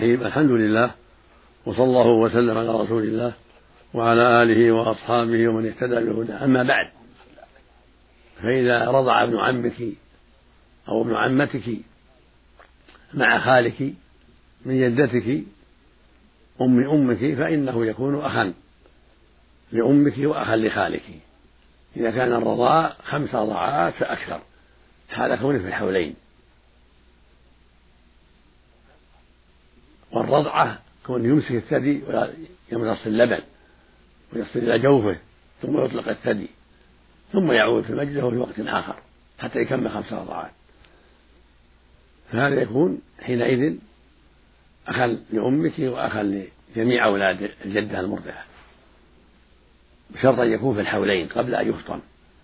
الرحيم. الحمد لله، وصلى الله وسلم على رسول الله وعلى آله وأصحابه ومن اهتدى بهداه. أما بعد، فإذا رضع ابن عمك أو ابن عمتك مع خالك من جدتك أمك فإنه يكون أخا لأمك وأخا لخالك إذا كان الرضاع 5 رضعات فأكثر حال كونه في الحولين. والرضعة كون يمسك الثدي ويمتص اللبن ويصل إلى جوفه ثم يطلق الثدي ثم يعود في مجلسه في وقت آخر حتى يكمل 5 رضعات، فهذا يكون حينئذ أخا لأمك وأخا لجميع أولاد الجدة المرضعة، بشرط أن يكون في الحولين قبل أن يفطم.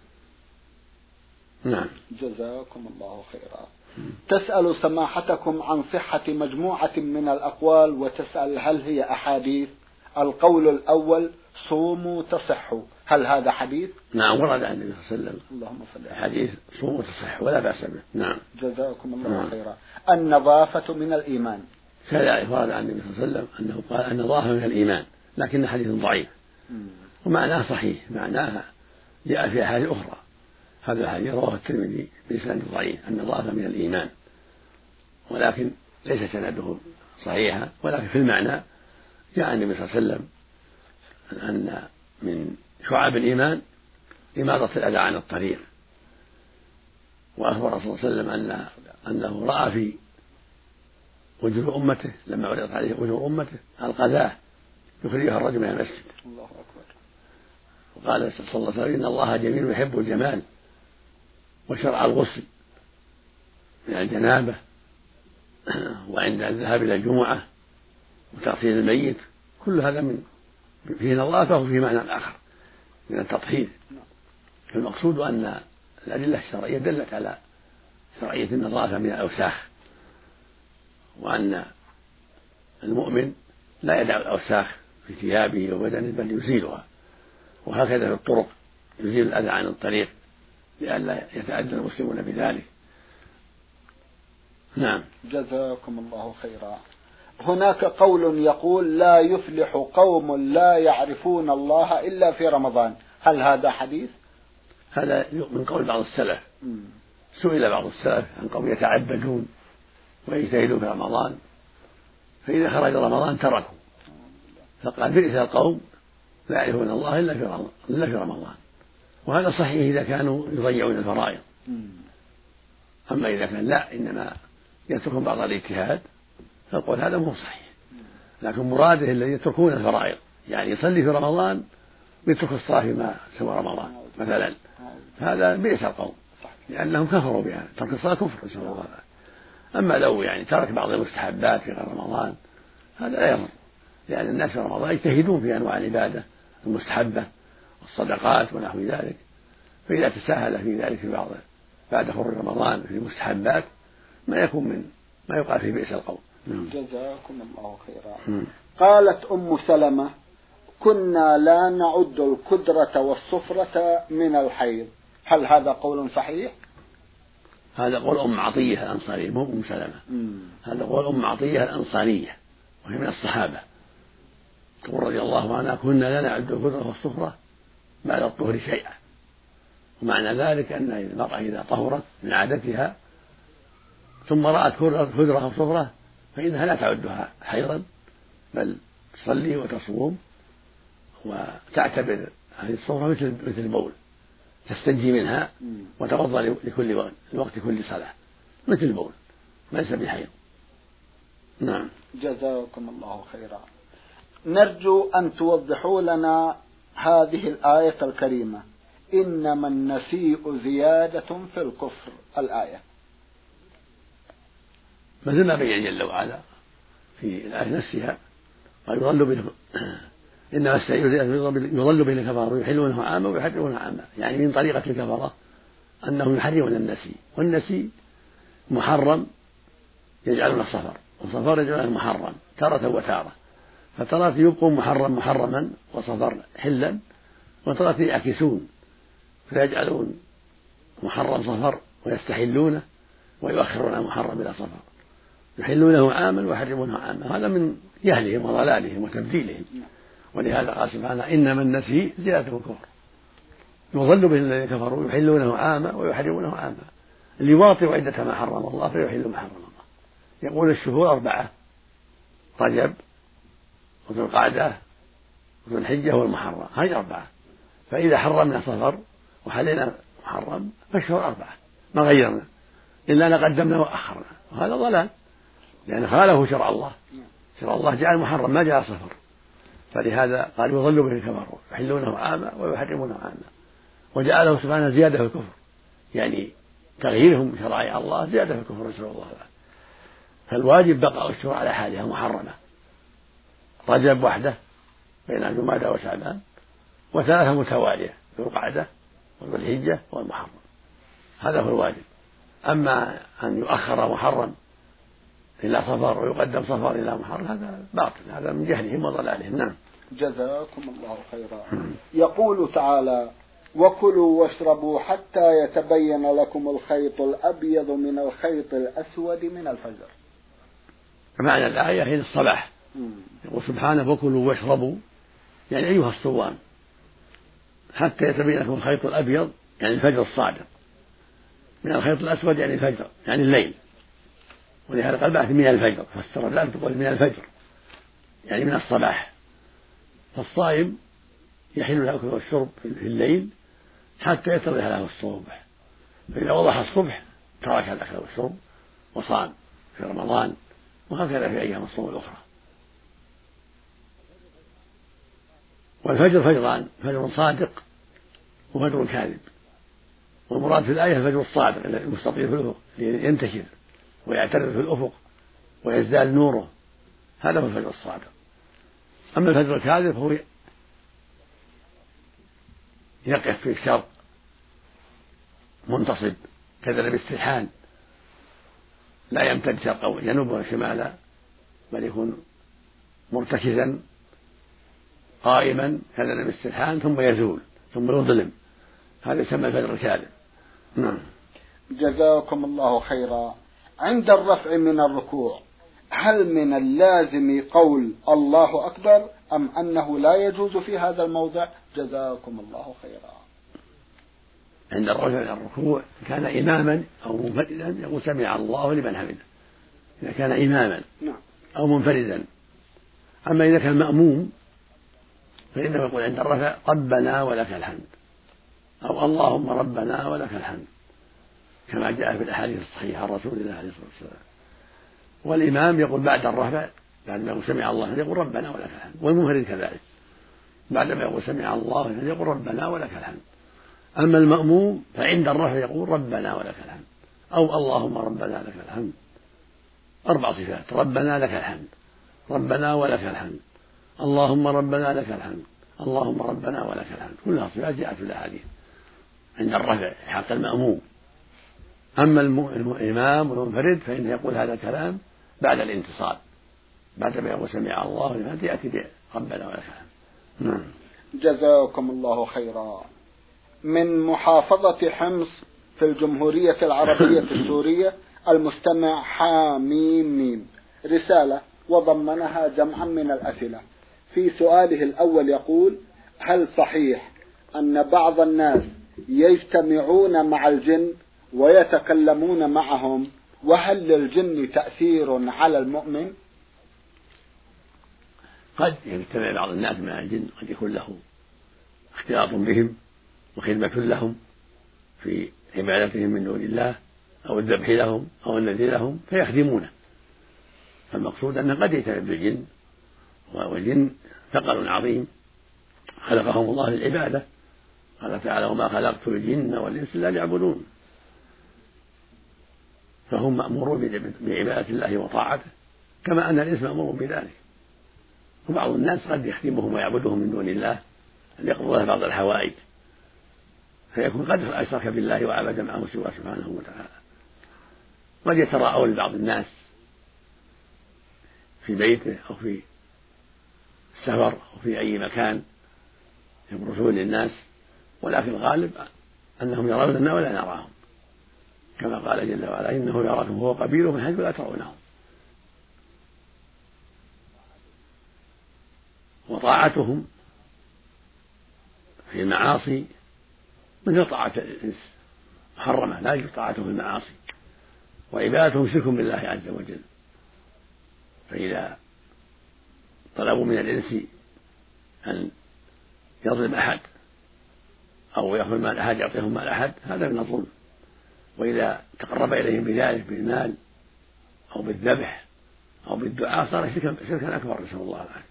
نعم. جزاكم الله خيرا. تسأل سماحتكم عن صحة مجموعة من الأقوال، وتسأل هل هي أحاديث. القول الأول: صوموا تصحوا، هل هذا حديث؟ نعم، ورد عن النبي صلى الله عليه وسلم اللهم صل على حديث صوموا تصحوا ولا بأس به. نعم. جزاكم الله خيرا. النظافة من الإيمان، كذا ورد عن النبي صلى الله عليه وسلم أنه قال النظافة من الإيمان، لكن حديث ضعيف ومعناه صحيح، معناها جاء في أحاديث أخرى. هذا الحديث رواه الترمذي بإسناد ضعيف، النظافة من الإيمان، ولكن ليس سنده صحيحا، ولكن في المعنى جاء النبي صلى الله عليه وسلم أن من شعب الإيمان إماطة الأذى عن الطريق، وأخبر صلى الله عليه وسلم أنه رأى في وجوه أمته لما عرضت عليه وجوه أمته القذاة يخرجها الرجل من المسجد. الله أكبر. وقال صلى الله عليه وسلم إن الله جميل يحب الجمال، وشرع الغسل من الجنابة وعند الذهاب إلى الجمعة وتغسيل الميت، كل هذا من فيه نظافة وفيه معنى آخر من التطهير. المقصود أن الأدلة الشرعية دلت على شرعية النظافة من الأوساخ، وأن المؤمن لا يدع الأوساخ في ثيابه وبدنه بل يزيلها، وهكذا في الطرق يزيل الأذى عن الطريق لئلا يتأذى المسلمون بذلك. نعم. جزاكم الله خيرا. هناك قول يقول: لا يفلح قوم لا يعرفون الله إلا في رمضان، هل هذا حديث؟ هذا من قول بعض السلف. سئل بعض السلف عن قوم يتعبدون ويجتهدون في رمضان، فإذا خرج رمضان تركوا، فقال بئس القوم لا يعرفون الله إلا في رمضان. وهذا صحيح إذا كانوا يضيعون الفرائض. أما إذا كان لا، إنما يتركون بعض الاجتهاد، فالقول هذا مو صحيح. لكن مراده الذي يتركون الفرائض، يعني يصلي في رمضان ويترك الصلاة فيما سوى رمضان مثلا، هذا بئس القوم لأنهم كفروا بها، ترك الصلاة كفر نسأل الله العافية. أما لو يعني ترك بعض المستحبات في غير رمضان هذا لا يضر، لأن الناس في رمضان يجتهدون في أنواع العبادة المستحبة والصدقات ونحو ذلك، فإذا تساهل في ذلك في بعد خروج رمضان في المستحبات ما يكون من ما يقال في بئس القوم. جزاكم الله خيرا. قالت أم سلمة: كنا لا نعد الكدرة والصفرة من الحيض، هل هذا قول صحيح؟ هذا قول أم عطية الأنصارية، مو أم سلمة. هذا قول أم عطية الأنصارية وهي من الصحابة، تقول رضي الله عنها: كنا لا نعد الكدرة والصفرة بعد الطهر شيئا. ومعنى ذلك أن المرأة إذا طهرت من عادتها ثم رأت كدرة أو صفرة فإنها لا تعدها حيضا، بل تصلي وتصوم وتعتبر هذه الصفرة مثل البول، تستنجي منها وتوضأ لكل وقت كل صلاة مثل البول، ليس بحيض. نعم. جزاكم الله خيرا. نرجو أن توضحوا لنا هذه الآية الكريمة: إنما النسيء زيادة في الكفر، الآية. مثل ما بين جل وعلا في الآية نفسها قال إنما السيء يضل بين الكفار ويحلونه عاما ويحرمونه عاما، يعني من طريقة الكفرة أنهم يحرمون النسيء، والنسيء محرم يجعلون الصفر، والصفر يجعلون المحرم تارة وتارة، فترات يبقوا محرما وصفر حلا، وترات يعكسون فيجعلون محرم صفر ويستحلونه ويؤخرون المحرم إلى صفر، يحلونه عاما ويحرمونه عاما، هذا من جهلهم وضلالهم وتبديلهم. ولهذا قال سبحانه إنما النسيء زيادة الكفر، يضل به الذين كفروا يحلونه عاما ويحرمونه عاما، اللي يواطئ عدة ما حرم الله فيحل ما حرم الله. يقول الشهور 4: رجب وذو القعدة وذو الحجة والمحرم، هذه 4. فإذا حرمنا صفر وحلينا محرم فالشهور 4 ما غيرنا إلا أن قدمنا وأخرنا، وهذا ضلال لأن خالفه شرع الله. شرع الله جعل محرم ما جعل صفر، فلهذا قال يضل به الكفر يحلونه عاما ويحرمونه عاما، وجعله سبحانه زيادة في الكفر، يعني تغييرهم شرائع الله زيادة في الكفر نسأل الله العافية. فالواجب بقاء الشهور على حالها محرمة، رجب وحده بين جمادى وشعبان، و3 متوالية ذو القعدة وذو الحجة والمحرم، هذا هو الواجب. أما أن يؤخر محرم إلى صفر ويقدم صفر إلى محرم هذا باطل، هذا من جهلهم وضلالهم. نعم. جزاكم الله خيرا. يقول تعالى: وكلوا واشربوا حتى يتبين لكم الخيط الأبيض من الخيط الأسود من الفجر. معنى الآية هي الصباح. يقول سبحانه: وكلوا واشربوا، يعني أيها الصوام، حتى يتبين لكم الخيط الأبيض يعني الفجر الصادق، من الخيط الأسود يعني الفجر يعني الليل. ولهذا قال بعد من الفجر، فسر ذلك تقول من الفجر يعني من الصباح. فالصائم يحل له الأكل والشرب في الليل حتى يتضح له الصبح، فإذا وضح الصبح ترك الأكل والشرب وصام في رمضان، وهكذا في أيام الصوم الأخرى. والفجر فجران: فجر صادق وفجر كاذب. والمراد في الآية الفجر الصادق المستطيل في الأفق ينتشر ويعترض في الأفق ويزداد نوره، هذا هو الفجر الصادق. أما الفجر الكاذب فهو يقف في الشرق منتصب كذلك بالسرحان، لا يمتد شرقا وجنوبا وشمالا، بل يكون مرتكزا قائما كذلك بالسرحان ثم يزول ثم يظلم، هذا يسمى الفجر الكاذب. نعم. جزاكم الله خيرا. عند الرفع من الركوع هل من اللازم قول الله أكبر أم أنه لا يجوز في هذا الموضع؟ جزاكم الله خيرا. عند الرفع من الركوع كان إماما أو منفردا يقول سمع الله لمن حمده، إذا كان إماما أو منفردا. أما إذا كان مأموم فإنه يقول عند الرفع ربنا ولك الحمد، أو اللهم ربنا ولك الحمد، كما جاء في الأحاديث الصحيحة عن رسول الله عليه الصلاة والسلام. والإمام يقول بعد الرفع بعد ما يقول سمع الله يقول ربنا ولك الحمد، والمنفرد كذلك بعد ما يقول سمع الله يقول ربنا ولك الحمد. أما المأموم فعند الرفع يقول ربنا ولك الحمد أو اللهم ربنا لك الحمد، 4 صفات: ربنا لك الحمد، ربنا ولك الحمد، اللهم ربنا لك الحمد، اللهم ربنا ولك الحمد، كلها صفات جاءت في الأحاديث عند الرفع حق المأموم. أما الإمام والمنفرد فإنه يقول هذا الكلام بعد الانتصاب، بعد ما يقول سمع الله لمن يأتي بربنا ولك الحمد. جزاكم الله خيرا. من محافظة حمص في الجمهورية العربية السورية المستمع حاميم رسالة وضمنها جمعا من الأسئلة. في سؤاله الأول يقول: هل صحيح أن بعض الناس يجتمعون مع الجن ويتكلمون معهم، وهل للجن تأثير على المؤمن؟ قد يجتمع بعض الناس مع الجن، قد يكون له اختلاط بهم وخدمة لهم في عبادتهم من دون الله أو الذبح لهم أو النذر لهم فيخدمونه. فالمقصود أنه قد يجتمع بالجن، والجن ثقل عظيم خلقهم الله للعبادة، قال تعالى: وما خلقت الجن والإنس إلا ليعبدون. فهم مأمورون بعبادة الله وطاعته كما أن الإنس مأمور بذلك. وبعض الناس قد يخدمهم ويعبدهم من دون الله أن يقضوا له بعض الحوائج، فيكون قد أشرك بالله وعبد معه سواه سبحانه وتعالى. قد يتراءون لبعض الناس في بيته أو في السفر أو في أي مكان يبرزون للناس، ولكن الغالب أنهم يروننا ولا نراهم، كما قال جل وعلا: إنه يراكم هو قبيله من حيث لا ترونهم. وطاعتهم في المعاصي مثل طاعة الإنس محرمة، لا يجوز طاعتهم في المعاصي، وعبادتهم شرك بالله عز وجل. فإذا طلبوا من الإنس أن يظلم أحد أو يأخذ مال أحد يعطيهم مال أحد هذا من الظلم، وإذا تقرب إليهم بذلك بالمال أو بالذبح أو بالدعاء صار شركا أكبر، نسأل الله العافية.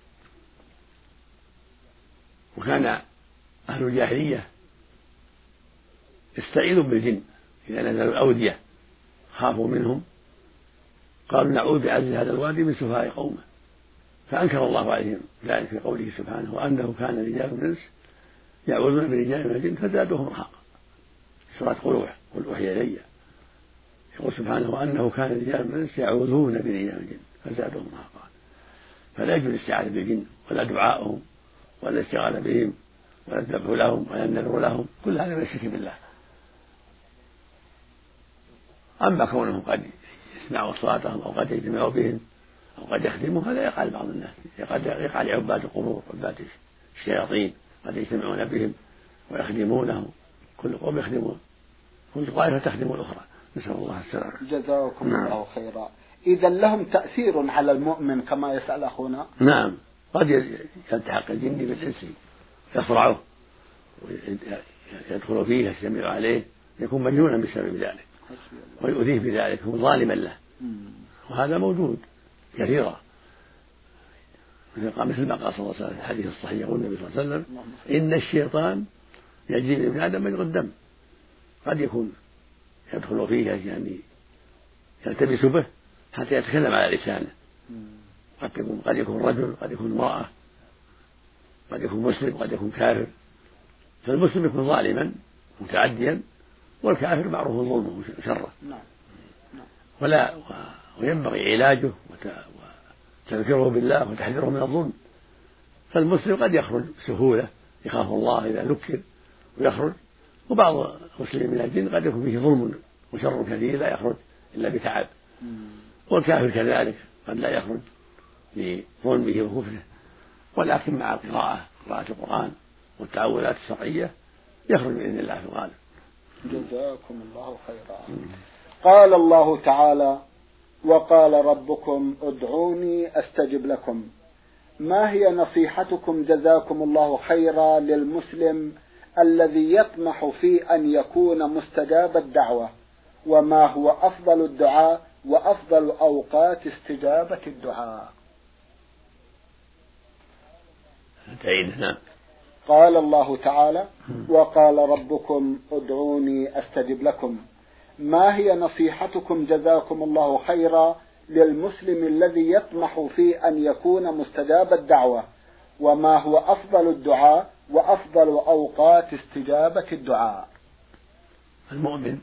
وكان أهل الجاهلية يستعيذون بالجن إذا نزلوا الأودية خافوا منهم قالوا نعوذ بعز هذا الوادي من سفهاء قومه، فأنكر الله عليهم ذلك في قوله سبحانه وأنه كان رجال من الإنس يعوذون برجال من الجن فزادوهم رهقا. سورة قل أوحي إلي يقول سبحانه وأنه كان رجال من الإنس يعوذون برجال من الجن فزادوهم رهقا. فلا يجوز الاستعاذة بالجن ولا دعاؤهم ولا الاستغاثة بهم ولا الذبح لهم ولا النذر لهم، كل هذا من الشرك بالله. أما كونهم قد يسمعوا أصواتهم أو قد يجتمعوا بهم أو قد يخدموا هذا يقع لبعض الناس، قد يقع لعباد القبور وعباد الشياطين قد يجتمعون بهم ويخدمونهم، كل قوم يخدمون، كل طائفة تخدم الأخرى، نسأل الله السلامة. جزاكم الله خيرا. إذا لهم تأثير على المؤمن كما يسأل أخونا؟ نعم، قد يلتحق الجن بالإنس يصرعه ويدخل فيه يجتمع عليه يكون مجنونا بسبب ذلك ويؤذيه بذلك هو ظالما له، وهذا موجود كثيرا مثل ما قال صلى الله عليه وسلم في الحديث الصحيح يقول النبي صلى الله عليه وسلم إن الشيطان يجري من ابن آدم مجرى الدم، قد يكون يدخل فيه يعني يلتبس به حتى يتكلم على لسانه، قد يكون رجل قد يكون امرأة قد يكون مسلم قد يكون كافر، فالمسلم يكون ظالما متعديا والكافر معروف ظلمه وشره، وينبغي علاجه وتذكيره بالله وتحذيره من الظلم. فالمسلم قد يخرج بسهولة يخاف الله إذا ذكر ويخرج، وبعض المسلمين من الجن قد يكون فيه ظلم وشر كثير لا يخرج إلا بتعب، والكافر كذلك قد لا يخرج لظلمه وكفره، ولكن مع قراءة القرآن والتعوذات الشرعية يخرج بإذن الله في الغالب. جزاكم الله خيرا. قال الله تعالى وقال ربكم ادعوني أستجب لكم. ما هي نصيحتكم جزاكم الله خيرا للمسلم الذي يطمح في أن يكون مستجاب الدعوة، وما هو أفضل الدعاء وأفضل أوقات استجابة الدعاء؟ قال الله تعالى وقال ربكم ادعوني أستجب لكم. ما هي نصيحتكم جزاكم الله خيرا للمسلم الذي يطمح في أن يكون مستجاب الدعوة، وما هو أفضل الدعاء وأفضل أوقات استجابة الدعاء؟ المؤمن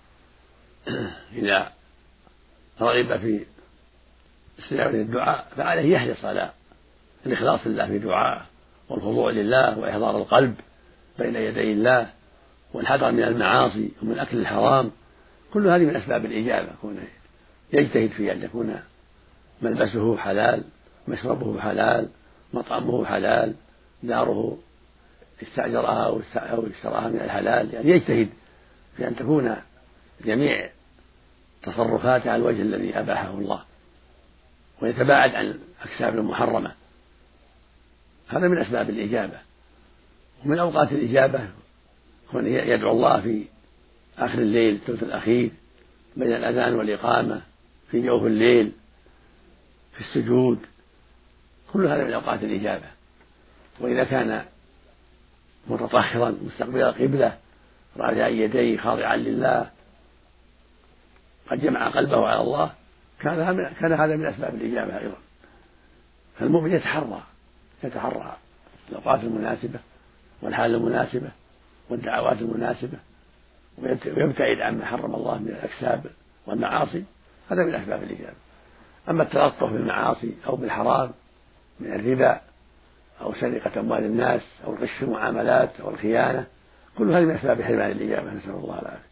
إذا رغب في استجابة الدعاء فعليه يحرص على الإخلاص لله في دعائه والخضوع لله وإحضار القلب بين يدي الله والحذر من المعاصي ومن أكل الحرام، كل هذه من أسباب الإجابة. كونه يجتهد في أن يكون ملبسه حلال، مشربه حلال، مطعمه حلال، داره استأجرها أو اشتراها من الحلال، يعني يجتهد في أن تكون جميع تصرفاته على الوجه الذي أباحه الله، ويتباعد عن الأكساب المحرمة. هذا من أسباب الإجابة. ومن أوقات الإجابة كون يدعو الله في آخر الليل الثلث الأخير بين الأذان والإقامة، في جوف الليل، في السجود، كل هذا من أوقات الإجابة. وإذا كان متطهرا مستقبل القبلة راجعا يديه خاضعا لله قد جمع قلبه على الله كان هذا من أسباب الإجابة أيضا. فالمؤمن يتحرى الأوقات المناسبة والحال المناسبة والدعوات المناسبة، ويبتعد عما حرم الله من الأكساب والمعاصي، هذا من أسباب الإجابة. أما التلطف بالمعاصي أو بالحرام من الربا أو سرقة أموال الناس أو الغش في المعاملات أو الخيانة، كل هذه من أسباب حرمان الإجابة، نسأل الله العافية.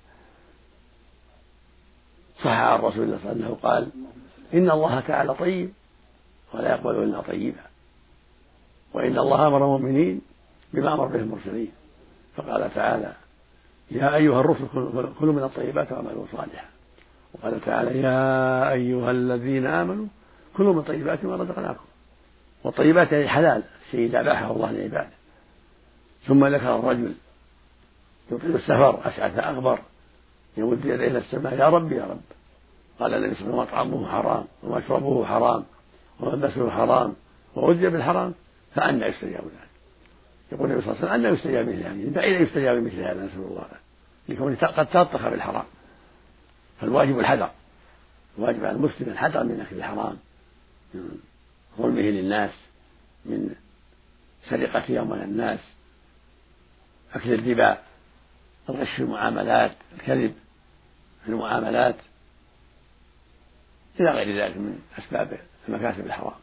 صح عن رسول الله صلى الله عليه وسلم قال إن الله تعالى طيب ولا يقبل إلا طيبا، وإن الله أمر المؤمنين بما أمر به المرسلين، فقال تعالى: يا أيها الرسل كلوا من الطيبات واعملوا صالحا. وقال تعالى: يا أيها الذين آمنوا كلوا من طيبات ما رزقناكم. والطيبات يعني حلال، شيء إذا أباحه الله لعباده. ثم ذكر الرجل يطيل السفر أشعث أغبر يمد يديه إلى السماء: يا رب يا رب. قال النبي صلى الله عليه وسلم: مطعمه حرام ومشربه حرام وملبسه حرام وغذي بالحرام فأنى يستجاب له. يقول النبي صلى الله عليه وسلم: أنى يستجاب مثل هذه؟ أين يستجاب مثل هذا؟ نسأل الله لكونه قد تلطخ بالحرام. فالواجب الحذر، الواجب على المسلم الحذر من أكل الحرام، من ظلمه للناس، من سرقة أموال الناس، أكل الربا، الغش في المعاملات، الكذب في المعاملات، إلى غير ذلك من أسباب المكاسب الحرام.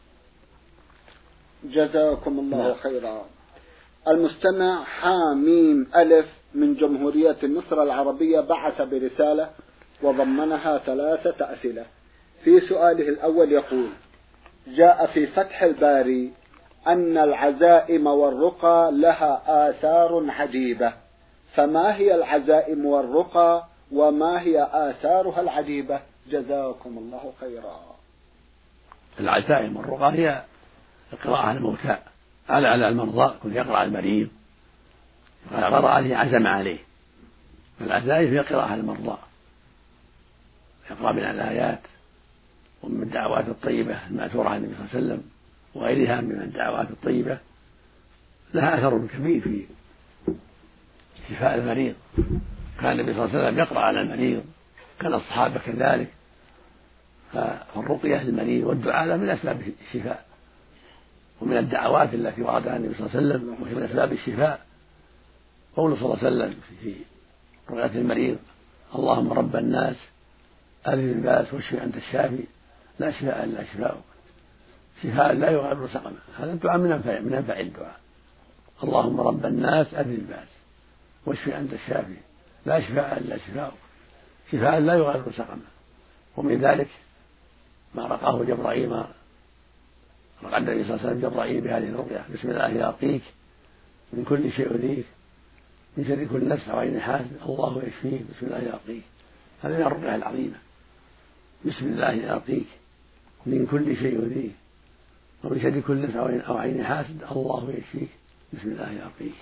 جزاكم الله خيرا. المستمع حاميم ألف من جمهورية مصر العربية بعث برسالة وضمنها 3 أسئلة. في سؤاله الأول يقول: جاء في فتح الباري أن العزائم والرقى لها آثار عجيبة، فما هي العزائم والرقى وما هي آثارها العجيبة؟ جزاكم الله خيرا. العزائم والرقى هي القراءة على الموتى، على المرضى، كل يقرأ على المريض، قال قرأ عليه عزم عليه. العزائم هي قراءة على المرضى، يقرأ من الآيات ومن الدعوات الطيبة المأثورة عن النبي صلى الله عليه وسلم وغيرها من الدعوات الطيبة، لها أثر كبير في شفاء المريض. كان النبي صلى الله عليه وسلم يقرأ على المريض، كان الصحابة كذلك. فالرقية للمريض والدعاء له من أسباب الشفاء، ومن الدعوات التي وردها النبي صلى الله عليه وسلم وهي من أسباب الشفاء قوله صلى الله عليه وسلم في رقية المريض: اللهم رب الناس أذهب الباس واشف أنت الشافي لا شفاء إلا شفاؤك شفاء لا يغادر سقما. هذا الدعاء من أنفع الدعاء: اللهم رب الناس أذهب الباس واشف أنت الشافي لا شفاء إلا شفاؤك شفاء لا يغادر سقما. ومن ذلك ما رقاه جبرائيل، رقى النبي صلى الله عليه وسلم جبرائيل بهذه الرقية: بسم الله يرقيك من كل شيء يؤذيك من شر كل نفس وعين حاسد الله يشفيك بسم الله يرقيك. هذه من الرقية العظيمة: بسم الله يرقيك من كل شيء يؤذيك ومن شر كل نفس أو عين حاسد الله يشفيك بسم الله يرقيك.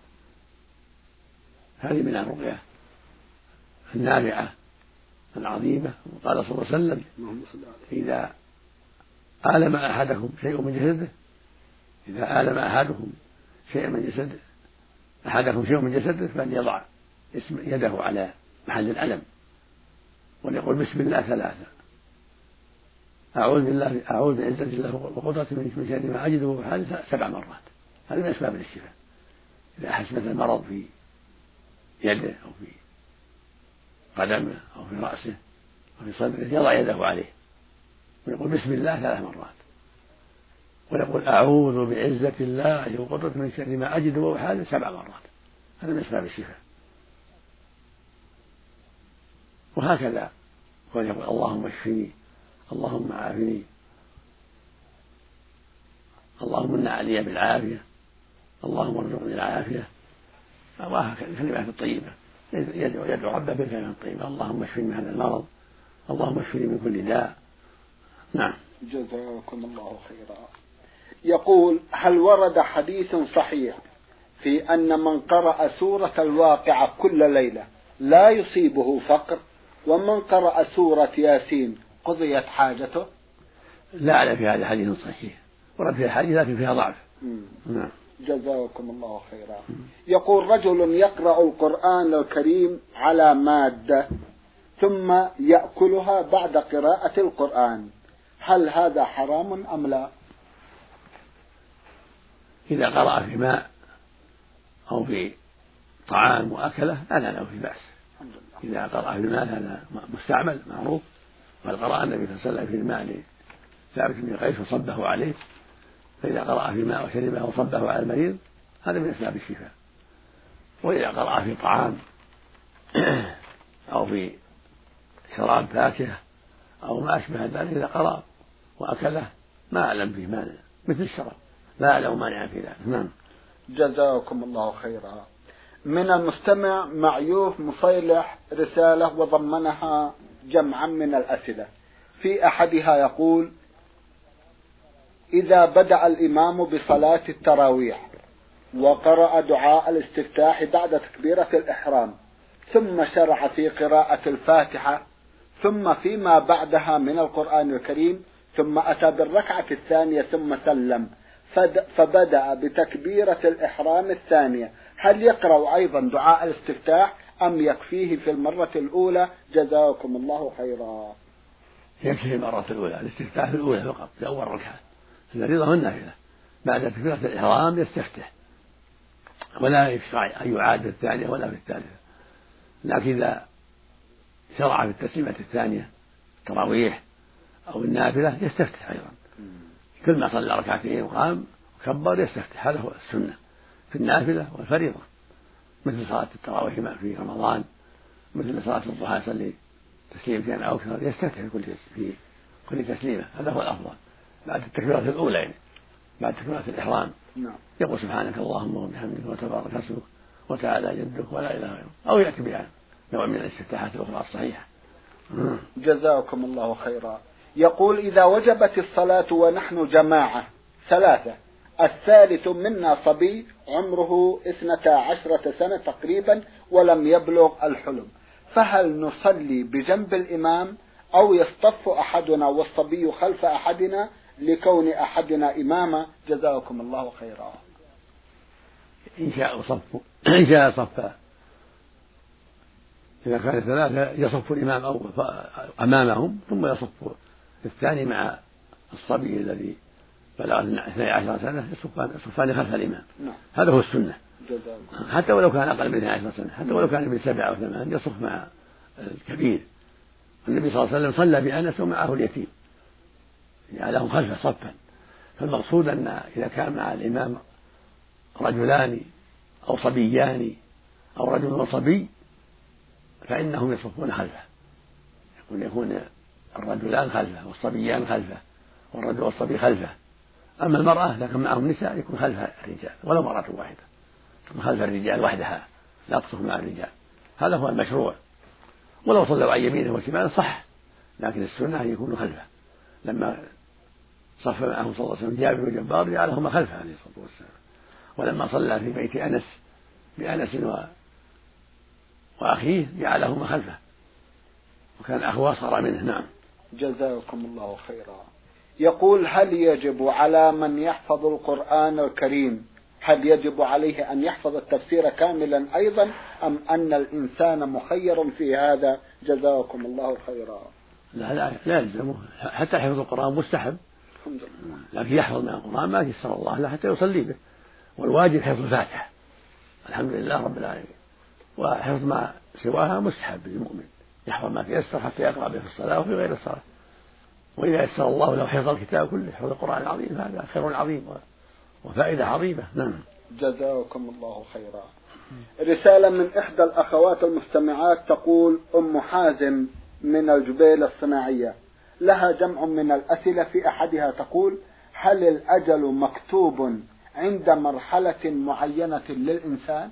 هذه من الرقية النافعة العظيمة. وقال صلى الله عليه وسلم: إذا آلم أحدكم شيء من جسده، إذا آلم أحدكم شيء من جسده فليضع يده على محل الألم وليقول بسم الله 3: أعوذ بعزة الله وقدرته من شر ما أجد وحادث 7 مرات. هذه من أسباب الشفاء. إذا أحس مثل المرض في يده أو في قدمه أو في رأسه أو في صدره يضع يده عليه ويقول بسم الله 3 مرات ويقول أعوذ بعزة الله وقدرته من شر ما أجد وأحاذر 7 مرات. هذا من أسباب الشفاء. وهكذا ويقول اللهم اشفني اللهم عافني اللهم من علي بالعافية اللهم ارزقني العافية. وهكذا الكلمات الطيبة يدعو ربه بالكلمات الطيبة: اللهم اشفني من هذا المرض اللهم اشفني من كل داء. نعم. جزاكم الله خيرا. يقول: هل ورد حديث صحيح في أن من قرأ سورة الواقعة كل ليلة لا يصيبه فقر، ومن قرأ سورة ياسين قضيت حاجته؟ لا أعلم في هذا حديث صحيح، ورد فيها حديث لكن فيها ضعف. نعم. جزاكم الله خيرا. يقول: رجل يقرأ القرآن الكريم على مادة ثم يأكلها بعد قراءة القرآن، هل هذا حرام أم لا؟ إذا قرأ في ماء أو في طعام وأكله فلا له في بأس. إذا قرأ في الماء هذا مستعمل معروف، بل قرأ النبي صلى الله عليه وسلم في الماء لثابت بن قيس وصبه عليه، فإذا قرأ في الماء وشربه وصبه على المريض هذا من أسباب الشفاء. وإذا قرأ في طعام أو في شراب فاكهة أو ما أشبه ذلك إذا قرأ وأكله ما أعلم فيه مانع مثل الشراب، لا أعلم مانعا في ذلك. نعم. جزاكم الله خيرا. من المستمع معيوف مصيلح رسالة وضمنها جمعا من الأسئلة. في أحدها يقول: إذا بدأ الإمام بصلاة التراويح وقرأ دعاء الاستفتاح بعد تكبيرة الإحرام ثم شرع في قراءة الفاتحة ثم فيما بعدها من القرآن الكريم ثم أتى بالركعة الثانية ثم سلم فبدأ بتكبيرة الإحرام الثانية، هل يقرأ أيضا دعاء الاستفتاح أم يكفيه في المرة الأولى؟ جزاكم الله خيرا. يكفي المرة الأولى، الاستفتاح في الأولى فقط في أول ركعة، الفريضة والنافلة. بعد تكبيرة الإحرام يستفتح ولا يشرع أن يعاد في الثانية ولا في الثالثة. لكن إذا شرع في التسليمة الثانية التراويح أو النافلة يستفتح أيضا، كل ما صلى ركعتين وقام وكبر يستفتح. هذا هو السنة في النافلة والفريضة، مثل صلاة التراويح في رمضان، مثل صلاة الضحى يصلي تسليمتين أو أكثر يستفتح في كل تسليمة. هذا هو الأفضل بعد التكبيرة الأولى، يعني بعد تكبيرة الإحرام يقول سبحانك اللهم وبحمدك وتبارك اسمك وتعالى جدك ولا إله غيرك، أو يأتي بها نوع من الاستفتاحات الأخرى الصحيحة. جزاكم الله خيرا. يقول: إذا وجبت الصلاة ونحن جماعة ثلاثة، الثالث منا صبي عمره 12 سنة تقريبا ولم يبلغ الحلم، فهل نصلي بجنب الإمام أو يصطف أحدنا والصبي خلف أحدنا لكون أحدنا إماما؟ جزاكم الله خيرا. إن شاء صف، إذا كان ثلاثة يصف الإمام أو أمامهم ثم يصف الثاني مع الصبي الذي بلغ 12 سنة يصفان خلف الإمام. هذا هو السنة، حتى ولو كان أقل من 12 سنة، حتى ولو كان من 7 أو 8 يصف مع الكبير. النبي صلى الله عليه وسلم صلى بأنس ومعه اليتيم جعلهم خلفه صفا. فالمقصود أن إذا كان مع الإمام رجلان أو صبيان أو رجل وصبي فإنهم يصفون خلفه، يكون الرجلان خلفه والصبيان خلفه والرجل والصبي خلفه. أما المرأة لكن معهم نساء يكون خلف الرجال ولو مرأة واحدة، تكون خلف الرجال وحدها لا تصف مع الرجال. هذا هو المشروع. ولو صلوا عن يمينه وشماله صح، لكن السنة أن يكونوا خلفه. لما صف معه صلى الله عليه وسلم جابر وجبار جعلهما خلفه عليه الصلاة والسلام. ولما صلى في بيت أنس بأنس وأخيه جعلهما خلفه، وكان أخوه أصغر منه. نعم. جزاكم الله خيرا. يقول: هل يجب على من يحفظ القرآن الكريم هل يجب عليه أن يحفظ التفسير كاملا أيضا أم أن الإنسان مخير في هذا؟ جزاكم الله خيرا. لا يلزمه، حتى حفظ القرآن مستحب، لكن يحفظ من القرآن ما يسر الله له حتى يصلي به. والواجب حفظ الفاتحة الحمد لله رب العالمين، وحفظ ما سواها مستحب للمؤمن، يحفظ ما تيسر حتى يقرأ به في الصلاة وفي غير الصلاة. وإذا يسر الله له حفظ الكتاب كله حفظ القرآن العظيم هذا خير عظيم وفائدة عظيمة. نعم. جزاكم الله خيرا. رسالة من إحدى الأخوات المستمعات تقول: أم حازم من الجبيل الصناعية، لها جمع من الأسئلة. في أحدها تقول: هل الأجل مكتوب عند مرحلة معينة للإنسان؟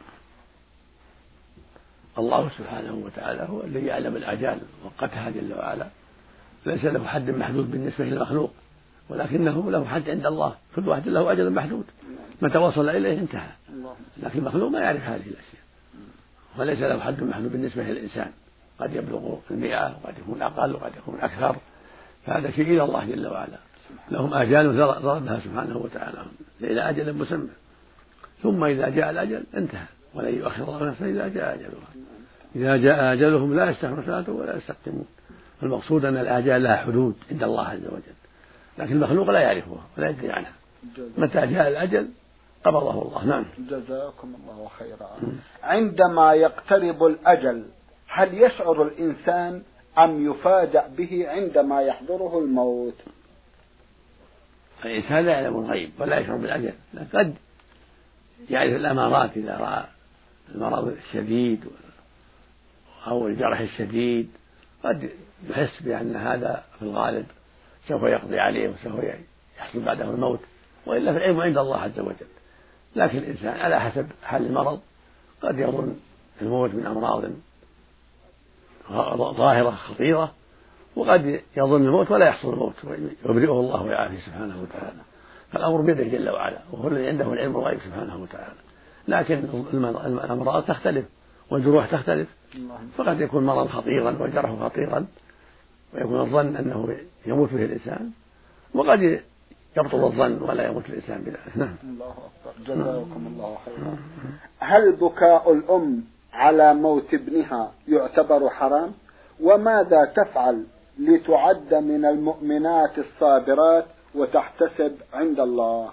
الله سبحانه وتعالى هو الذي يعلم الأجال وقتها جل وعلا، ليس له حد محدود بالنسبة للمخلوق، ولكنه له حد عند الله، كل واحد له أجل محدود متى وصل إليه انتهى. لكن المخلوق ما يعرف هذه الأشياء، وليس له حد محدود بالنسبة للإنسان، قد يبلغ 100 وقد يكون أقل وقد يكون أكثر، فهذا شيء إلى الله جل وعلا. لهم آجال ضربها سبحانه وتعالى إلى أجل مسمى، ثم إذا جاء الأجل انتهى، ولن يؤخر الله نفسا إذا جاء أجلها. إذا جاء أجلهم لا يستأخرون ساعة ولا يستقدمون. المقصود أن الآجال لها حدود عند الله عز وجل، لكن المخلوق لا يعرفها ولا يدري عنها. متى جاء الأجل قبضه الله. نعم. جزاكم الله خيرا. عندما يقترب الأجل هل يشعر الإنسان أم يفاجأ به عندما يحضره الموت؟ الإنسان لا يعلم الغيب ولا يشعر بالأجل، قد يعرف الأمارات إذا رأى المرض الشديد أو الجرح الشديد، قد يحس بأن هذا في الغالب سوف يقضي عليه وسوف يحصل بعده الموت، وإلا فالعلم عند الله عز وجل. لكن الإنسان على حسب حال المرض قد يظن الموت من أمراض ظاهرة خطيرة، وقد يظن الموت ولا يحصل الموت ويبرئه الله ويعافيه سبحانه وتعالى. فالأمر بيده جل وعلا، وهو الذي عنده العلم الغيب سبحانه وتعالى. لكن الأمراض تختلف والجروح تختلف، فقد يكون مرض خطيرا والجرح خطيرا ويكون الظن أنه يموت به الإنسان، وقد يبطل الظن ولا يموت الإنسان بذلك. نعم. الله أكبر، جزاكم الله خيرا. هل بكاء الأم على موت ابنها يعتبر حرام؟ وماذا تفعل لتعد من المؤمنات الصابرات وتحتسب عند الله؟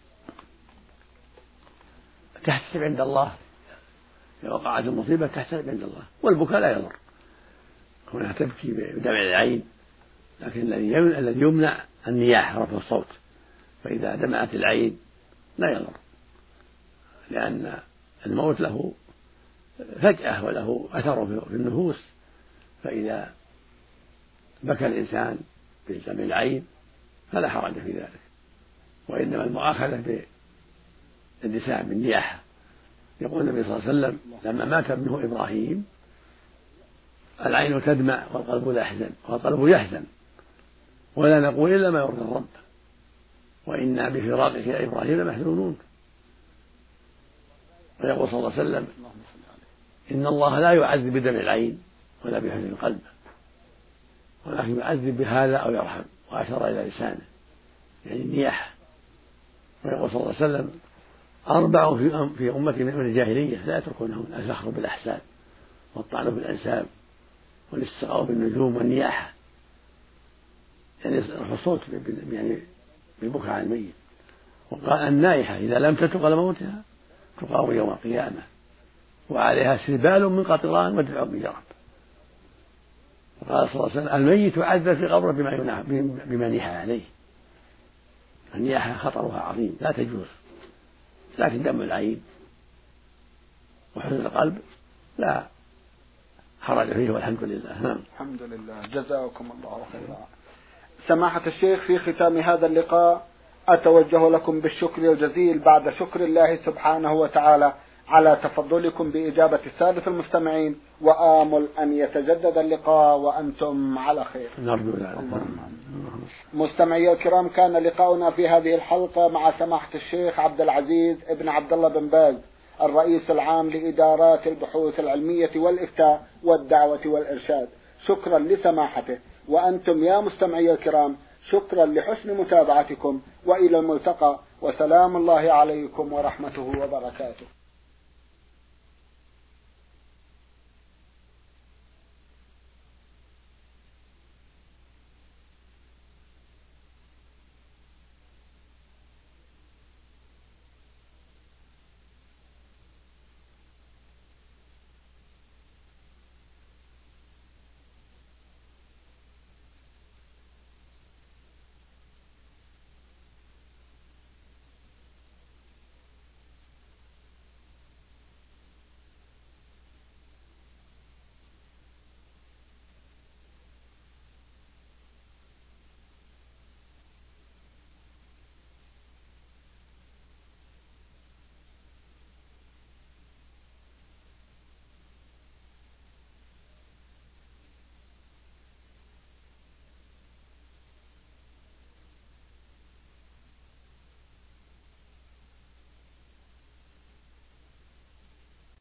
تحتسب عند الله إذا وقعت المصيبة، تحتسب عند الله، والبكاء لا يضر، كونها تبكي بدمع العين، لكن الذي يمنع النياح رفع الصوت، فإذا دمعت العين لا يضر، لأن الموت له فجأة وله أثر في النفوس، فإذا بكى الإنسان بدمع العين فلا حرج في ذلك، وإنما المؤاخذة بالنساء بالنياحة. يقول النبي صلى الله عليه وسلم لما مات ابنه إبراهيم: العين تدمع والقلب يحزن ولا نقول إلا ما يرضي الرب، وإنا بفراقك يا إبراهيم لمحزونون. ويقول صلى الله عليه وسلم: إن الله لا يعذب بدمع العين ولا بحزن القلب، ولكن يعذب بهذا أو يرحم، وأشار إلى لسانه يعني النياحة. ويقول صلى الله عليه وسلم: 4 في أمتي من الجاهلية لا يتركونهن: الفخر بالأحساب، والطعن بالأنساب، والاستسقاء بالنجوم، والنياحة يعني رفع الصوت يعني بالبكاء على الميت. وقال: النائحة إذا لم تتق لموتها تقام يوم القيامة وعليها سربال من قطران ودرع من جرب. وقال صلى الله عليه وسلم: الميت يعذب في قبره بما نيح عليه. النياحة خطرها عظيم لا تجوز، لكن دم العين وحزن القلب لا حرج فيه والحمد لله. نعم. الحمد لله، جزاكم الله خيرا. سماحة الشيخ، في ختام هذا اللقاء أتوجه لكم بالشكر الجزيل بعد شكر الله سبحانه وتعالى على تفضلكم بإجابة السادة المستمعين، وآمل أن يتجدد اللقاء وأنتم على خير. نرجو ذلك. مستمعي الكرام، كان لقاؤنا في هذه الحلقة مع سماحة الشيخ عبد العزيز ابن عبد الله بن باز، الرئيس العام لإدارات البحوث العلمية والإفتاء والدعوة والإرشاد. شكرا لسماحته، وأنتم يا مستمعي الكرام شكرا لحسن متابعتكم، وإلى الملتقى، وسلام الله عليكم ورحمته وبركاته.